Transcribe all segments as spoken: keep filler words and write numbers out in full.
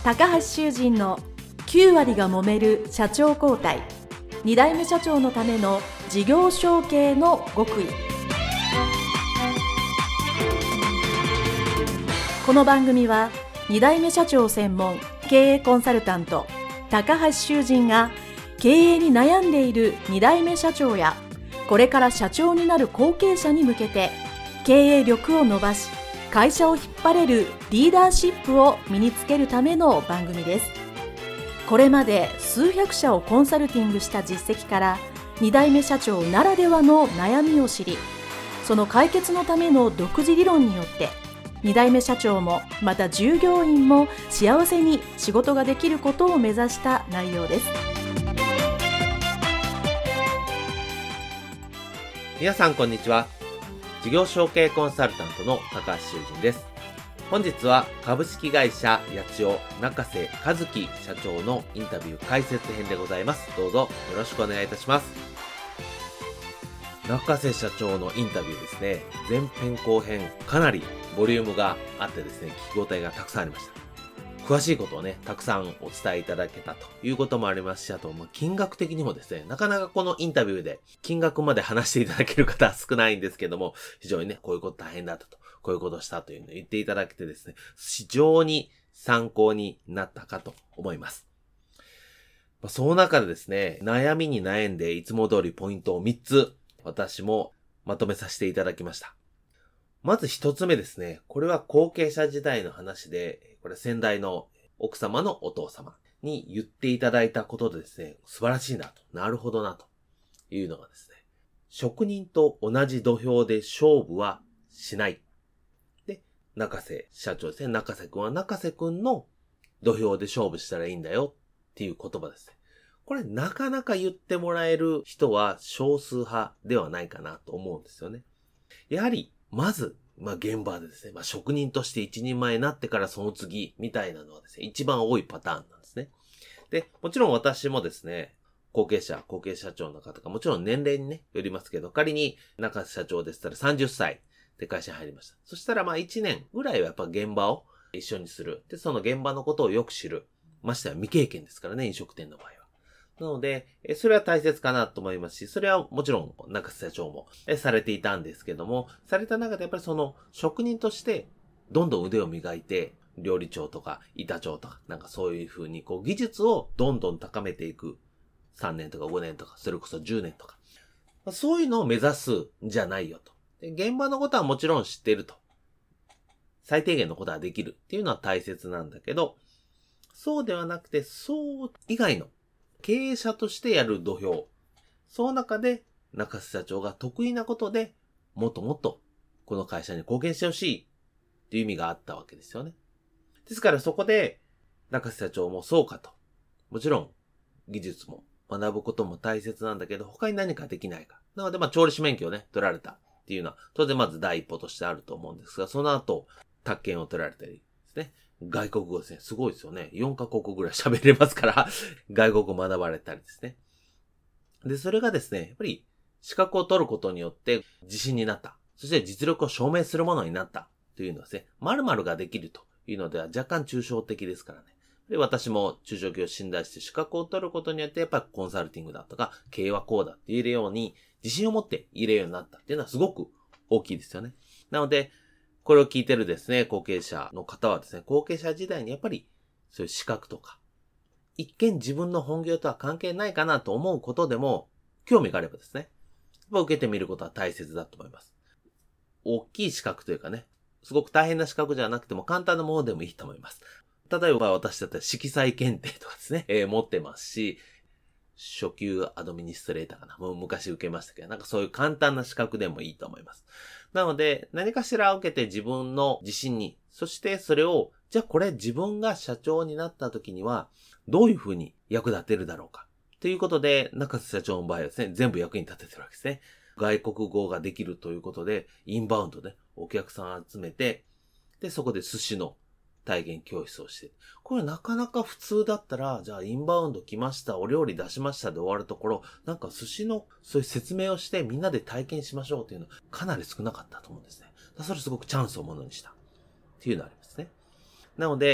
高橋修人のきゅう割が揉める社長交代、に代目社長のための事業承継の極意。この番組はに代目社長専門経営コンサルタント高橋修人が経営に悩んでいるに代目社長やこれから社長になる後継者に向けて経営力を伸ばし会社を引っ張れるリーダーシップを身につけるための番組です。これまで数百社をコンサルティングした実績からに代目社長ならではの悩みを知り、その解決のための独自理論によってに代目社長もまた従業員も幸せに仕事ができることを目指した内容です。 皆さんこんにちは。事業承継コンサルタントの高橋修人です。本日は株式会社八千代中瀬和樹社長のインタビュー解説編でございます。どうぞよろしくお願いいたします。中瀬社長のインタビューですね。前編後編かなりボリュームがあってですね、聞き応えがたくさんありました。詳しいことをね、たくさんお伝えいただけたということもありますし、あと、まあ、金額的にもですね、なかなかこのインタビューで金額まで話していただける方は少ないんですけども、非常にね、こういうこと大変だったと、こういうことをしたというのを言っていただけてですね、非常に参考になったかと思います。まあ、その中でですね、悩みに悩んでいつも通りポイントをみっつ、私もまとめさせていただきました。まず一つ目ですね。これは後継者時代の話で、これ先代の奥様のお父様に言っていただいたことでですね、素晴らしいなと、なるほどなというのがですね、職人と同じ土俵で勝負はしない。で、中瀬社長ですね、中瀬くんは中瀬くんの土俵で勝負したらいいんだよっていう言葉ですね。これなかなか言ってもらえる人は少数派ではないかなと思うんですよね。やはり、まず、まあ、現場でですね、まあ、職人として一人前になってからその次みたいなのはですね、一番多いパターンなんですね。で、もちろん私もですね、後継者、後継社長の方がもちろん年齢にね、よりますけど、仮に中瀬社長でしたらさんじゅっさいで会社に入りました。そしたらまあいちねんぐらいはやっぱ現場を一緒にする。で、その現場のことをよく知る。ましては未経験ですからね、飲食店の場合は。なので、それは大切かなと思いますし、それはもちろん中瀬社長もされていたんですけども、された中でやっぱりその職人としてどんどん腕を磨いて、料理長とか板長とかなんかそういう風にこう技術をどんどん高めていくさんねんとかごねんとかそれこそじゅうねんとか、そういうのを目指すんじゃないよと。で、現場のことはもちろん知ってると。最低限のことはできるっていうのは大切なんだけど、そうではなくて、そう以外の経営者としてやる土俵。その中で中瀬社長が得意なことでもっともっとこの会社に貢献してほしいっていう意味があったわけですよね。ですからそこで中瀬社長もそうかと。もちろん技術も学ぶことも大切なんだけど他に何かできないか。なのでまあ調理師免許をね取られたっていうのは当然まず第一歩としてあると思うんですが、その後宅建を取られたりですね。外国語ですね。すごいですよね。よんカ国ぐらい喋れますから、外国語学ばれたりですね。で、それがですね、やっぱり資格を取ることによって自信になった。そして実力を証明するものになったというのはですね、〇〇ができるというのでは若干抽象的ですからね。で、私も中小企業を信頼して資格を取ることによってやっぱりコンサルティングだとか経営はこうだって言えるように自信を持って言えるようになったっていうのはすごく大きいですよね。なので、これを聞いてるですね、後継者の方はですね、後継者時代にやっぱりそういう資格とか、一見自分の本業とは関係ないかなと思うことでも、興味があればですね、やっぱ受けてみることは大切だと思います。大きい資格というかね、すごく大変な資格じゃなくても簡単なものでもいいと思います。例えば私だったら色彩検定とかですね、えー、持ってますし、初級アドミニストレーターかな。もう昔受けましたけど、なんかそういう簡単な資格でもいいと思います。なので、何かしら受けて自分の自信に、そしてそれを、じゃあこれ自分が社長になった時には、どういうふうに役立てるだろうか。ということで、中瀬社長の場合はですね、全部役に立ててるわけですね。外国語ができるということで、インバウンドでお客さん集めて、で、そこで寿司の体験教室をして。これなかなか普通だったら、じゃあインバウンド来ました、お料理出しましたで終わるところ、なんか寿司のそういう説明をしてみんなで体験しましょうっていうのはかなり少なかったと思うんですね。それすごくチャンスをものにしたっていうのがありますね。なので、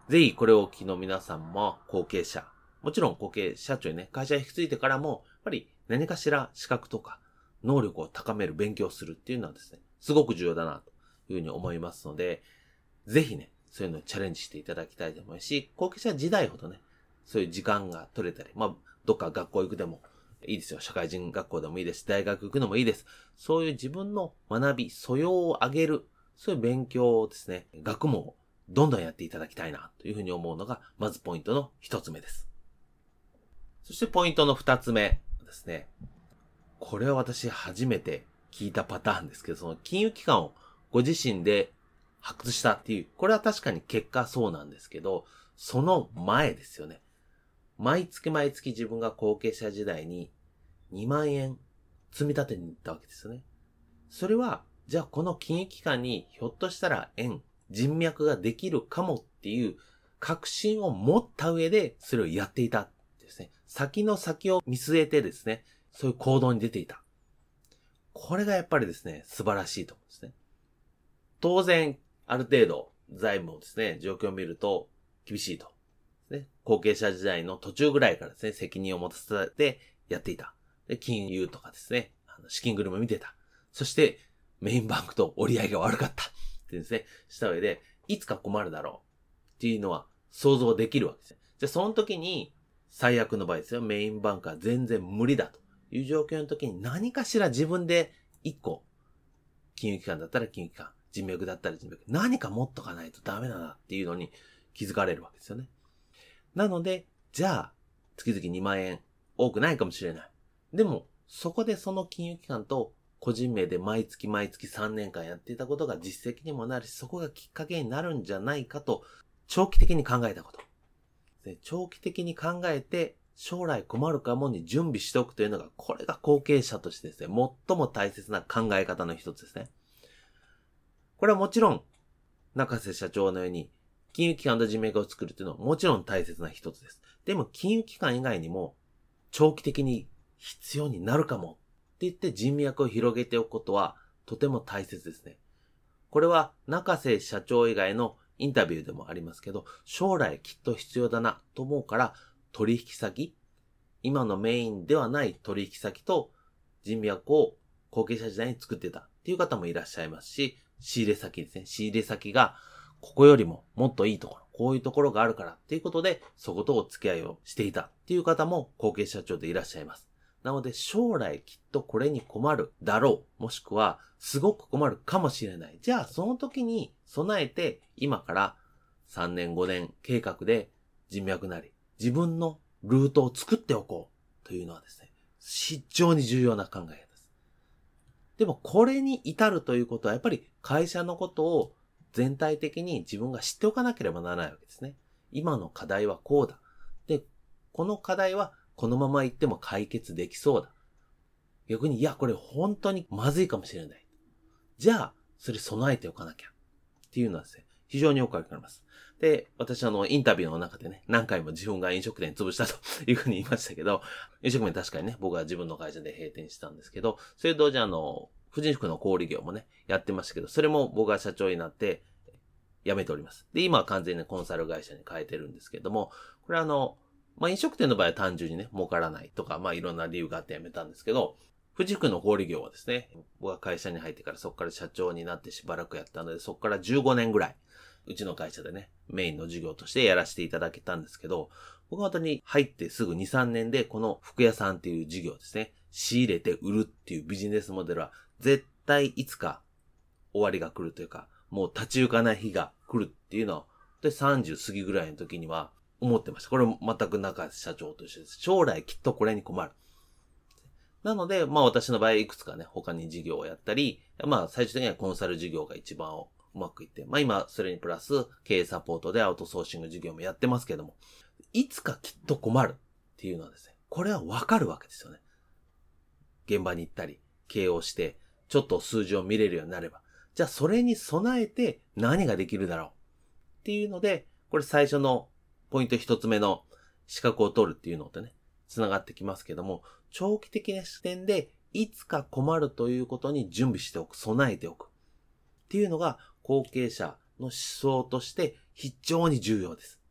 ぜひこれをお聞きの皆さんも後継者、もちろん後継社長にね、会社に引き継いでからも、やっぱり何かしら資格とか能力を高める勉強をするっていうのはですね、すごく重要だなというふうに思いますので、ぜひね、そういうのにチャレンジしていただきたいと思うし、後継者時代ほどね、そういう時間が取れたり、まあ、どっか学校行くでもいいですよ。社会人学校でもいいです。大学行くのもいいです。そういう自分の学び、素養を上げる、そういう勉強をですね、学問をどんどんやっていただきたいなというふうに思うのが、まずポイントの一つ目です。そしてポイントの二つ目ですね。これは私初めて聞いたパターンですけど、その金融機関をご自身で発掘したっていう、これは確かに結果そうなんですけど、その前ですよね。毎月毎月自分が後継者時代ににまんえん積み立てに行ったわけですよね。それは、じゃあこの金融機関にひょっとしたら縁、人脈ができるかもっていう確信を持った上でそれをやっていたですね。先の先を見据えてですね、そういう行動に出ていた。これがやっぱりですね、素晴らしいと思うんですね。当然、ある程度財務をですね、状況を見ると厳しいと。ね、後継者時代の途中ぐらいからですね、責任を持たせてやっていた。で、金融とかですね、あの資金繰りも見てた。そして、メインバンクと折り合いが悪かった。ってですね、した上で、いつか困るだろう。っていうのは想像できるわけですね。じゃあ、その時に、最悪の場合ですよ、メインバンクは全然無理だという状況の時に何かしら自分で一個、金融機関だったら金融機関、人脈だったら人脈、何か持っとかないとダメだなっていうのに気づかれるわけですよね。なので、じゃあ、月々にまんえん、多くないかもしれない。でも、そこでその金融機関と個人名で毎月毎月さんねんかんやっていたことが実績にもなるし、そこがきっかけになるんじゃないかと、長期的に考えたこと。で、長期的に考えて、将来困るかもに準備しておくというのが、これが後継者としてですね、最も大切な考え方の一つですね。これはもちろん、中瀬社長のように、金融機関と人脈を作るというのはもちろん大切な一つです。でも金融機関以外にも長期的に必要になるかもって言って人脈を広げておくことはとても大切ですね。これは中瀬社長以外のインタビューでもありますけど、将来きっと必要だなと思うから取引先、今のメインではない取引先と人脈を後継者時代に作ってたっていう方もいらっしゃいますし、仕入れ先ですね。仕入れ先がここよりももっといいところ、こういうところがあるからっていうことで、そことお付き合いをしていたっていう方も後継社長でいらっしゃいます。なので将来きっとこれに困るだろう、もしくはすごく困るかもしれない。じゃあその時に備えて今からさんねんごねん計画で人脈なり自分のルートを作っておこうというのはですね、非常に重要な考えです。でもこれに至るということはやっぱり会社のことを全体的に自分が知っておかなければならないわけですね。今の課題はこうだ。で、この課題はこのまま行っても解決できそうだ。逆に、いや、これ本当にまずいかもしれない。じゃあ、それ備えておかなきゃ。っていうのはですね、非常によくわかります。で、私あの、インタビューの中でね、何回も自分が飲食店潰したというふうに言いましたけど、飲食店確かにね、僕は自分の会社で閉店したんですけど、それと同時にあの、婦人服の小売業もね、やってましたけど、それも僕が社長になって、辞めております。で、今は完全にコンサル会社に変えてるんですけども、これはあの、まあ、飲食店の場合は単純にね、儲からないとか、まあ、いろんな理由があって辞めたんですけど、婦人服の小売業はですね、僕が会社に入ってからそこから社長になってしばらくやったので、そこからじゅうごねんぐらい、うちの会社でね、メインの事業としてやらせていただけたんですけど、僕は本当に入ってすぐに、さんねんでこの服屋さんっていう事業ですね、仕入れて売るっていうビジネスモデルは絶対いつか終わりが来るというか、もう立ち行かない日が来るっていうのは、でさんじゅう過ぎぐらいの時には思ってました。これ全く中社長と一緒です。将来きっとこれに困る。なので、まあ私の場合いくつかね、他に事業をやったり、まあ最終的にはコンサル事業が一番うまくいって、まあ今それにプラス経営サポートでアウトソーシング事業もやってますけども、いつかきっと困るっていうのはですね、これはわかるわけですよね。現場に行ったり、経営をして、ちょっと数字を見れるようになれば。じゃあそれに備えて何ができるだろうっていうので、これ最初のポイント一つ目の資格を取るっていうのとね、つながってきますけども、長期的な視点でいつか困るということに準備しておく、備えておくっていうのが後継者の思想として非常に重要です。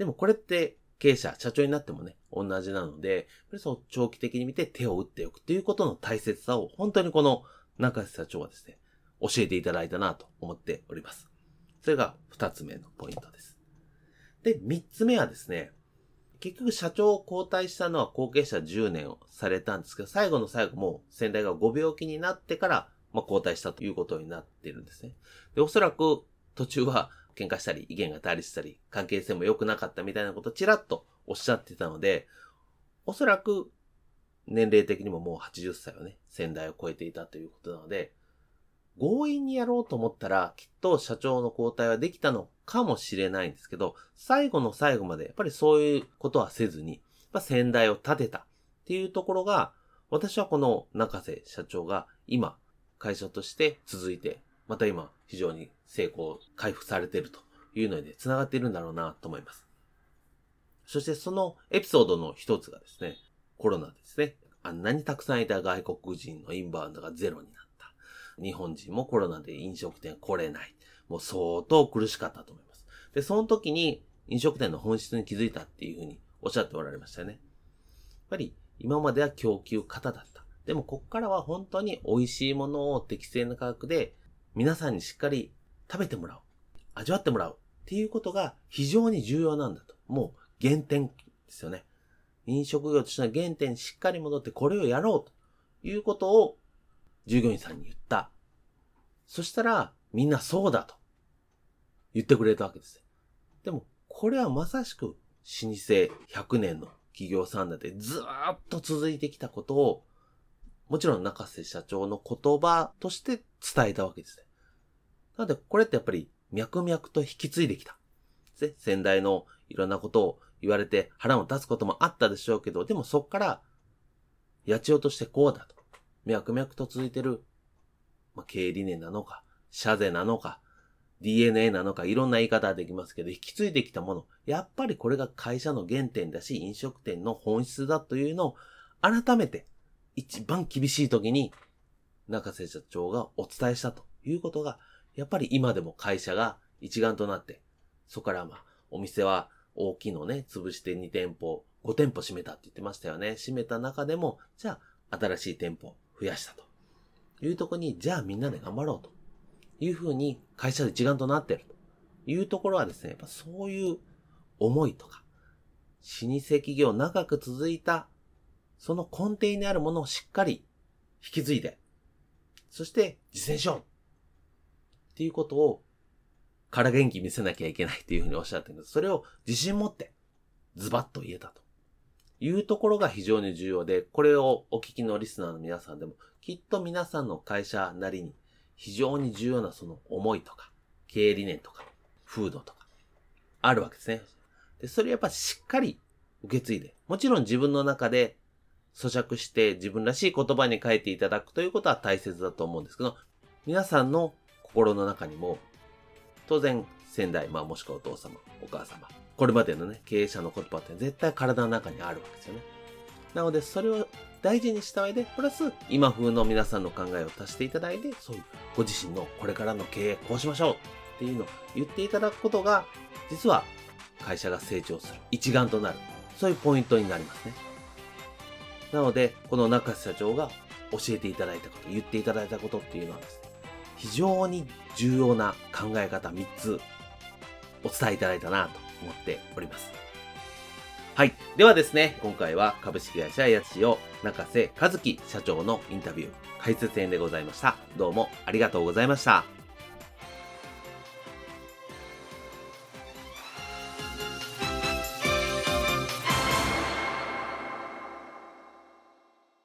でもこれって経営者、社長になってもね、同じなので、やっぱりそう長期的に見て手を打っておくということの大切さを本当にこの中瀬社長はですね、教えていただいたなと思っております。それが二つ目のポイントです。で、三つ目はですね、結局社長を交代したのは後継者じゅうねんをされたんですけど、最後の最後も先代がご病気になってから、まあ、交代したということになっているんですね。で、おそらく途中は喧嘩したり、意見が対立したり、関係性も良くなかったみたいなことをちらっとおっしゃってたので、おそらく年齢的にももうはちじゅっさいをね、先代を超えていたということなので、強引にやろうと思ったら、きっと社長の交代はできたのかもしれないんですけど、最後の最後までやっぱりそういうことはせずに、やっぱ先代を立てたっていうところが、私はこの中瀬社長が今、会社として続いて、また今非常に成功、回復されているというので繋がっているんだろうなと思います。そしてそのエピソードの一つがですね、コロナですね。あんなにたくさんいた外国人のインバウンドがゼロになった。日本人もコロナで飲食店来れない。もう相当苦しかったと思います。で、その時に飲食店の本質に気づいたっていうふうにおっしゃっておられましたね。やっぱり今までは供給過多だった。でもこっからは本当に美味しいものを適正な価格で皆さんにしっかり食べてもらう。味わってもらうっていうことが非常に重要なんだと。もう原点ですよね。飲食業としての原点にしっかり戻ってこれをやろうということを従業員さんに言った。そしたらみんなそうだと言ってくれたわけです。でもこれはまさしく老舗ひゃくねんの企業さんだってずーっと続いてきたことをもちろん中瀬社長の言葉として伝えたわけですね。なのでこれってやっぱり脈々と引き継いできた。先代のいろんなことを言われて腹を立つこともあったでしょうけど、でもそこから八千代としてこうだと。脈々と続いてる、まあ、経営理念なのか、社税なのか、ディーエヌエー なのか、いろんな言い方ができますけど、引き継いできたもの、やっぱりこれが会社の原点だし、飲食店の本質だというのを改めて一番厳しい時に中瀬社長がお伝えしたということが、やっぱり今でも会社が一丸となって、そこからまあ、お店は大きいのね、潰してにてんぽ、ごてんぽ閉めたって言ってましたよね。閉めた中でも、じゃあ新しい店舗を増やしたというところに、じゃあみんなで頑張ろうというふうに会社で一丸となっているというところはですね、やっぱそういう思いとか、老舗企業長く続いたその根底にあるものをしっかり引き継いで、そして実践しようっていうことをから元気見せなきゃいけないっていうふうにおっしゃってるんです。それを自信持ってズバッと言えたというところが非常に重要で、これをお聞きのリスナーの皆さんでもきっと皆さんの会社なりに非常に重要なその思いとか経営理念とか風土とかあるわけですね。で、それやっぱしっかり受け継いで、もちろん自分の中で咀嚼して自分らしい言葉に変えていただくということは大切だと思うんですけど、皆さんの心の中にも当然先代、まあもしくはお父様、お母様、これまでのね経営者の言葉って絶対体の中にあるわけですよね。なのでそれを大事にした上で、プラス今風の皆さんの考えを足していただいて、そういうご自身のこれからの経営こうしましょうっていうのを言っていただくことが、実は会社が成長する一丸となる、そういうポイントになりますね。なのでこの中瀬社長が教えていただいたこと、言っていただいたことっていうのはですね、非常に重要な考え方みっつお伝えいただいたなと思っております。はい。ではですね、今回は株式会社八千代中瀬一樹社長のインタビュー解説編でございました。どうもありがとうございました。